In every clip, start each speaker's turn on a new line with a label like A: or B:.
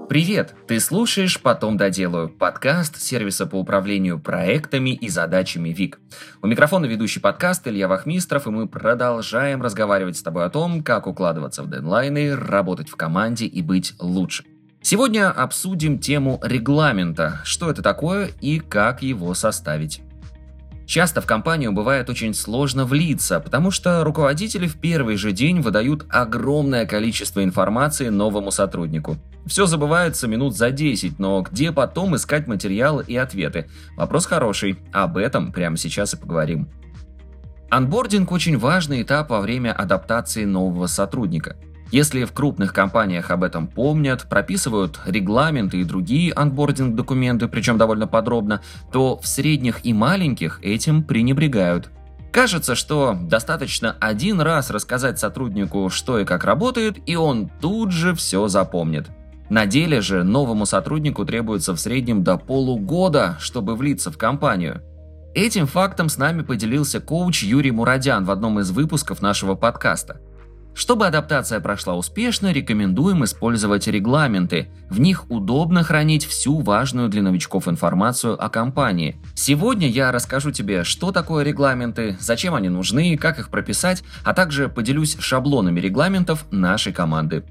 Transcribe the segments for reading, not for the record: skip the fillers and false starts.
A: Привет! Ты слушаешь «Потом доделаю» — подкаст сервиса по управлению проектами и задачами ВИК. У микрофона ведущий подкаст Илья Вахмистров, и мы продолжаем разговаривать с тобой о том, как укладываться в дедлайны, работать в команде и быть лучше. Сегодня обсудим тему регламента, что это такое и как его составить. Часто в компанию бывает очень сложно влиться, потому что руководители в первый же день выдают огромное количество информации новому сотруднику. Все забывается минут за 10, но где потом искать материалы и ответы? Вопрос хороший, об этом прямо сейчас и поговорим. Онбординг – очень важный этап во время адаптации нового сотрудника. Если в крупных компаниях об этом помнят, прописывают регламенты и другие онбординг-документы, причем довольно подробно, то в средних и маленьких этим пренебрегают. Кажется, что достаточно один раз рассказать сотруднику, что и как работает, и он тут же все запомнит. На деле же новому сотруднику требуется в среднем до полугода, чтобы влиться в компанию. Этим фактом с нами поделился коуч Юрий Мурадян в одном из выпусков нашего подкаста. Чтобы адаптация прошла успешно, рекомендуем использовать регламенты. В них удобно хранить всю важную для новичков информацию о компании. Сегодня я расскажу тебе, что такое регламенты, зачем они нужны, как их прописать, а также поделюсь шаблонами регламентов нашей команды.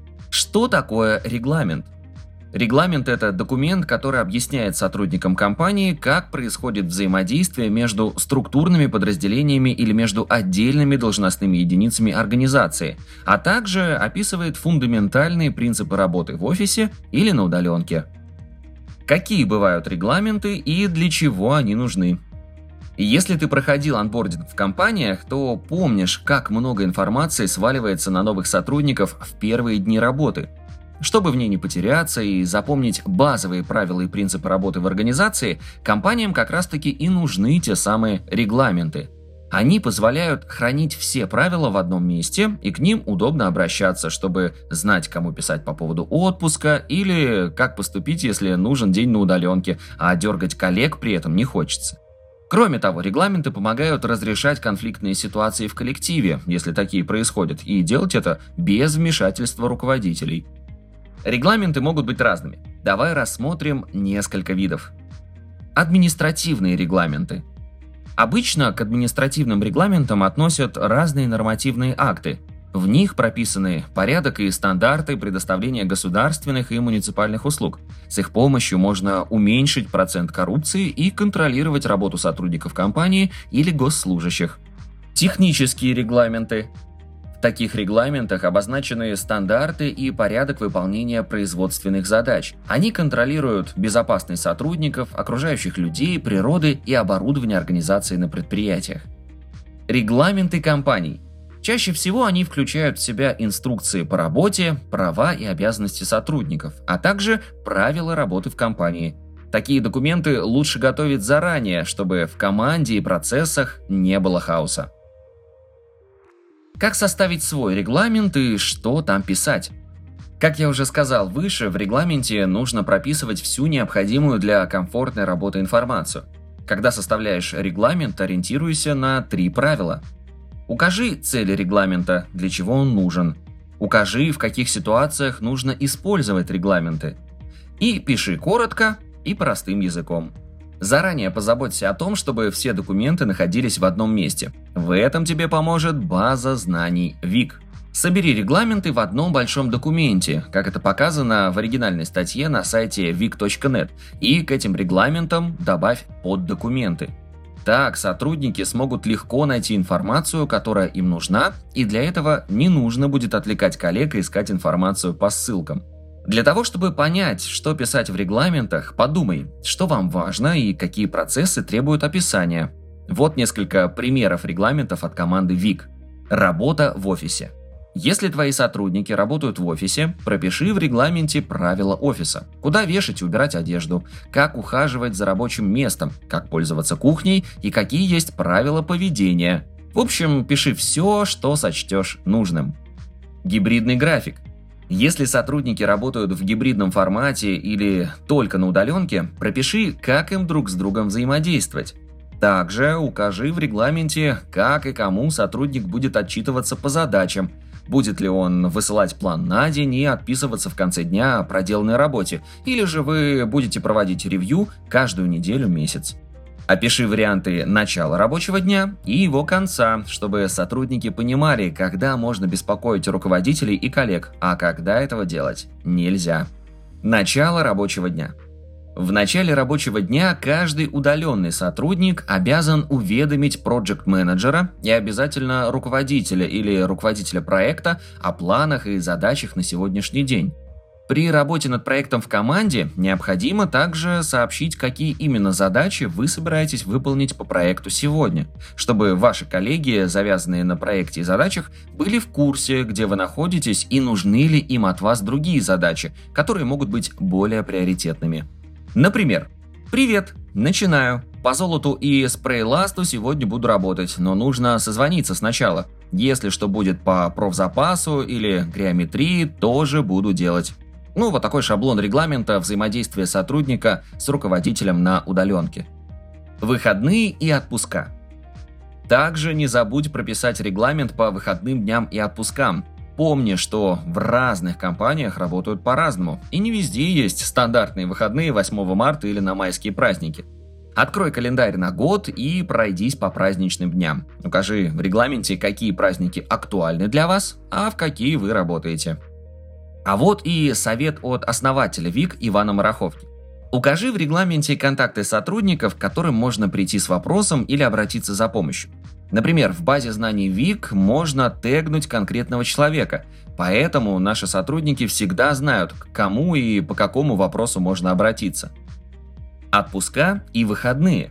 A: Что такое регламент? Регламент – это документ, который объясняет сотрудникам компании, как происходит взаимодействие между структурными подразделениями или между отдельными должностными единицами организации, а также описывает фундаментальные принципы работы в офисе или на удаленке. Какие бывают регламенты и для чего они нужны? Если ты проходил онбординг в компаниях, то помнишь, как много информации сваливается на новых сотрудников в первые дни работы. Чтобы в ней не потеряться и запомнить базовые правила и принципы работы в организации, компаниям как раз-таки и нужны те самые регламенты. Они позволяют хранить все правила в одном месте, и к ним удобно обращаться, чтобы знать, кому писать по поводу отпуска или как поступить, если нужен день на удаленке, а дергать коллег при этом не хочется. Кроме того, регламенты помогают разрешать конфликтные ситуации в коллективе, если такие происходят, и делать это без вмешательства руководителей. Регламенты могут быть разными. Давай рассмотрим несколько видов. Административные регламенты. Обычно к административным регламентам относят разные нормативные акты. В них прописаны порядок и стандарты предоставления государственных и муниципальных услуг. С их помощью можно уменьшить процент коррупции и контролировать работу сотрудников компании или госслужащих. Технические регламенты. В таких регламентах обозначены стандарты и порядок выполнения производственных задач. Они контролируют безопасность сотрудников, окружающих людей, природы и оборудования организации на предприятиях. Регламенты компаний. Чаще всего они включают в себя инструкции по работе, права и обязанности сотрудников, а также правила работы в компании. Такие документы лучше готовить заранее, чтобы в команде и процессах не было хаоса. Как составить свой регламент и что там писать? Как я уже сказал выше, в регламенте нужно прописывать всю необходимую для комфортной работы информацию. Когда составляешь регламент, ориентируйся на 3 правила. Укажи цели регламента, для чего он нужен. Укажи, в каких ситуациях нужно использовать регламенты. И пиши коротко и простым языком. Заранее позаботься о том, чтобы все документы находились в одном месте. В этом тебе поможет база знаний ВИК. Собери регламенты в одном большом документе, как это показано в оригинальной статье на сайте vic.net, и к этим регламентам добавь поддокументы. Так сотрудники смогут легко найти информацию, которая им нужна, и для этого не нужно будет отвлекать коллег и искать информацию по ссылкам. Для того, чтобы понять, что писать в регламентах, подумай, что вам важно и какие процессы требуют описания. Вот несколько примеров регламентов от команды ВИК. Работа в офисе. Если твои сотрудники работают в офисе, пропиши в регламенте правила офиса. Куда вешать и убирать одежду, как ухаживать за рабочим местом, как пользоваться кухней и какие есть правила поведения. В общем, пиши все, что сочтешь нужным. Гибридный график. Если сотрудники работают в гибридном формате или только на удаленке, пропиши, как им друг с другом взаимодействовать. Также укажи в регламенте, как и кому сотрудник будет отчитываться по задачам. будет ли он высылать план на день и отписываться в конце дня о проделанной работе, или же вы будете проводить ревью каждую неделю, месяц. Опиши варианты начала рабочего дня и его конца, чтобы сотрудники понимали, когда можно беспокоить руководителей и коллег, а когда этого делать нельзя. Начало рабочего дня. В начале рабочего дня каждый удаленный сотрудник обязан уведомить проект-менеджера и обязательно руководителя или руководителя проекта о планах и задачах на сегодняшний день. При работе над проектом в команде необходимо также сообщить, какие именно задачи вы собираетесь выполнить по проекту сегодня, чтобы ваши коллеги, завязанные на проекте и задачах, были в курсе, где вы находитесь и нужны ли им от вас другие задачи, которые могут быть более приоритетными. Например, «Привет, начинаю. По золоту и спрей-ласту сегодня буду работать, но нужно созвониться сначала. Если что будет по профзапасу или геометрии, тоже буду делать». Вот такой шаблон регламента взаимодействия сотрудника с руководителем на удаленке. Выходные и отпуска. Также не забудь прописать регламент по выходным дням и отпускам. Помни, что в разных компаниях работают по-разному, и не везде есть стандартные выходные 8 марта или на майские праздники. Открой календарь на год и пройдись по праздничным дням. Укажи в регламенте, какие праздники актуальны для вас, а в какие вы работаете. А вот и совет от основателя ВИК Ивана Мараховки. Укажи в регламенте контакты сотрудников, к которым можно прийти с вопросом или обратиться за помощью. Например, в базе знаний ВИК можно тегнуть конкретного человека, поэтому наши сотрудники всегда знают, к кому и по какому вопросу можно обратиться. Отпуска и выходные.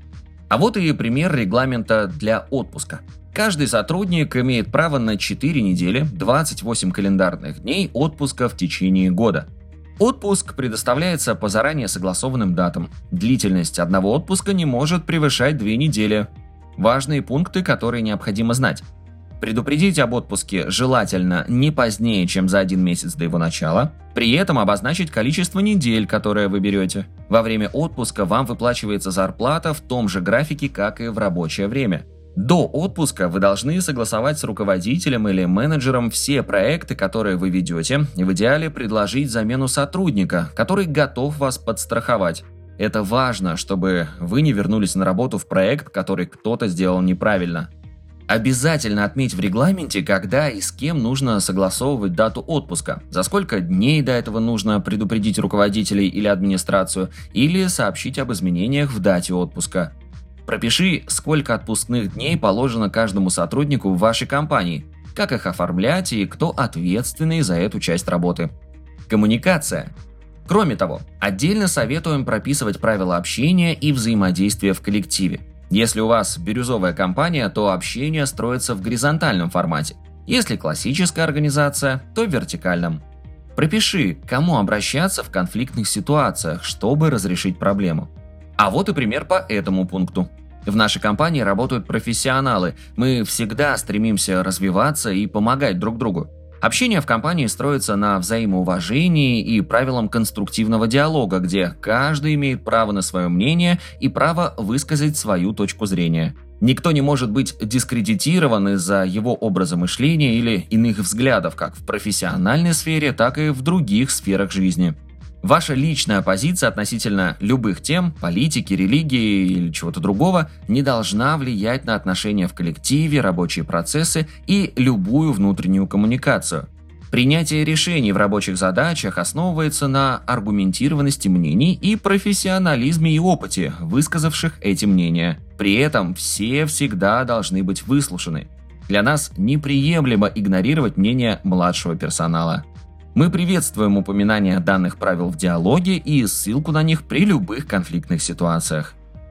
A: А вот и пример регламента для отпуска. Каждый сотрудник имеет право на 4 недели, 28 календарных дней отпуска в течение года. Отпуск предоставляется по заранее согласованным датам. Длительность одного отпуска не может превышать 2 недели. Важные пункты, которые необходимо знать. Предупредить об отпуске желательно не позднее, чем за 1 месяц до его начала. При этом обозначить количество недель, которые вы берете. Во время отпуска вам выплачивается зарплата в том же графике, как и в рабочее время. До отпуска вы должны согласовать с руководителем или менеджером все проекты, которые вы ведете, и в идеале предложить замену сотрудника, который готов вас подстраховать. Это важно, чтобы вы не вернулись на работу в проект, который кто-то сделал неправильно. Обязательно отметь в регламенте, когда и с кем нужно согласовывать дату отпуска, за сколько дней до этого нужно предупредить руководителей или администрацию, или сообщить об изменениях в дате отпуска. Пропиши, сколько отпускных дней положено каждому сотруднику в вашей компании, как их оформлять и кто ответственный за эту часть работы. Коммуникация. Кроме того, отдельно советуем прописывать правила общения и взаимодействия в коллективе. Если у вас бирюзовая компания, то общение строится в горизонтальном формате. Если классическая организация, то в вертикальном. Пропиши, к кому обращаться в конфликтных ситуациях, чтобы разрешить проблему. А вот и пример по этому пункту. В нашей компании работают профессионалы. Мы всегда стремимся развиваться и помогать друг другу. Общение в компании строится на взаимоуважении и правилам конструктивного диалога, где каждый имеет право на свое мнение и право высказать свою точку зрения. Никто не может быть дискредитирован из-за его образа мышления или иных взглядов, как в профессиональной сфере, так и в других сферах жизни. Ваша личная позиция относительно любых тем, политики, религии или чего-то другого, не должна влиять на отношения в коллективе, рабочие процессы и любую внутреннюю коммуникацию. Принятие решений в рабочих задачах основывается на аргументированности мнений и профессионализме и опыте высказавших эти мнения. При этом все всегда должны быть выслушаны. Для нас неприемлемо игнорировать мнение младшего персонала. Мы приветствуем упоминание данных правил в диалоге и ссылку на них при любых конфликтных ситуациях.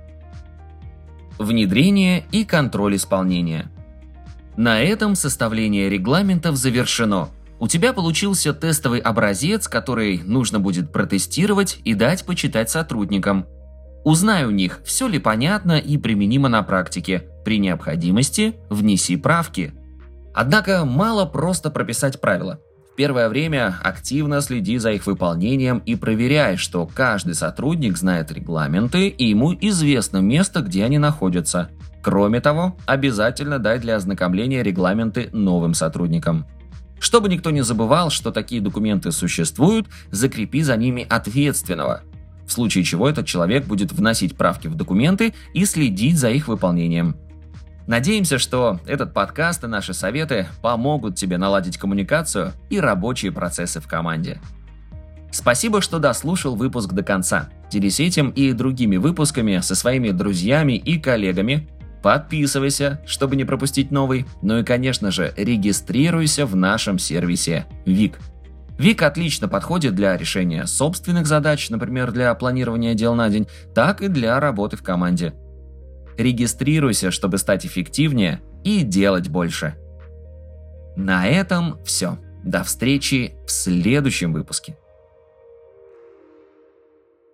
A: Внедрение и контроль исполнения. На этом составление регламентов завершено. У тебя получился тестовый образец, который нужно будет протестировать и дать почитать сотрудникам. Узнай у них, все ли понятно и применимо на практике. При необходимости внеси правки. Однако мало просто прописать правила. В первое время активно следи за их выполнением и проверяй, что каждый сотрудник знает регламенты и ему известно место, где они находятся. Кроме того, обязательно дай для ознакомления регламенты новым сотрудникам. Чтобы никто не забывал, что такие документы существуют, закрепи за ними ответственного, в случае чего этот человек будет вносить правки в документы и следить за их выполнением. Надеемся, что этот подкаст и наши советы помогут тебе наладить коммуникацию и рабочие процессы в команде. Спасибо, что дослушал выпуск до конца. Делись этим и другими выпусками со своими друзьями и коллегами. Подписывайся, чтобы не пропустить новый. Ну и, конечно же, регистрируйся в нашем сервисе Вик. Вик отлично подходит для решения собственных задач, например, для планирования дел на день, так и для работы в команде. Регистрируйся, чтобы стать эффективнее и делать больше. На этом все. До встречи в следующем выпуске.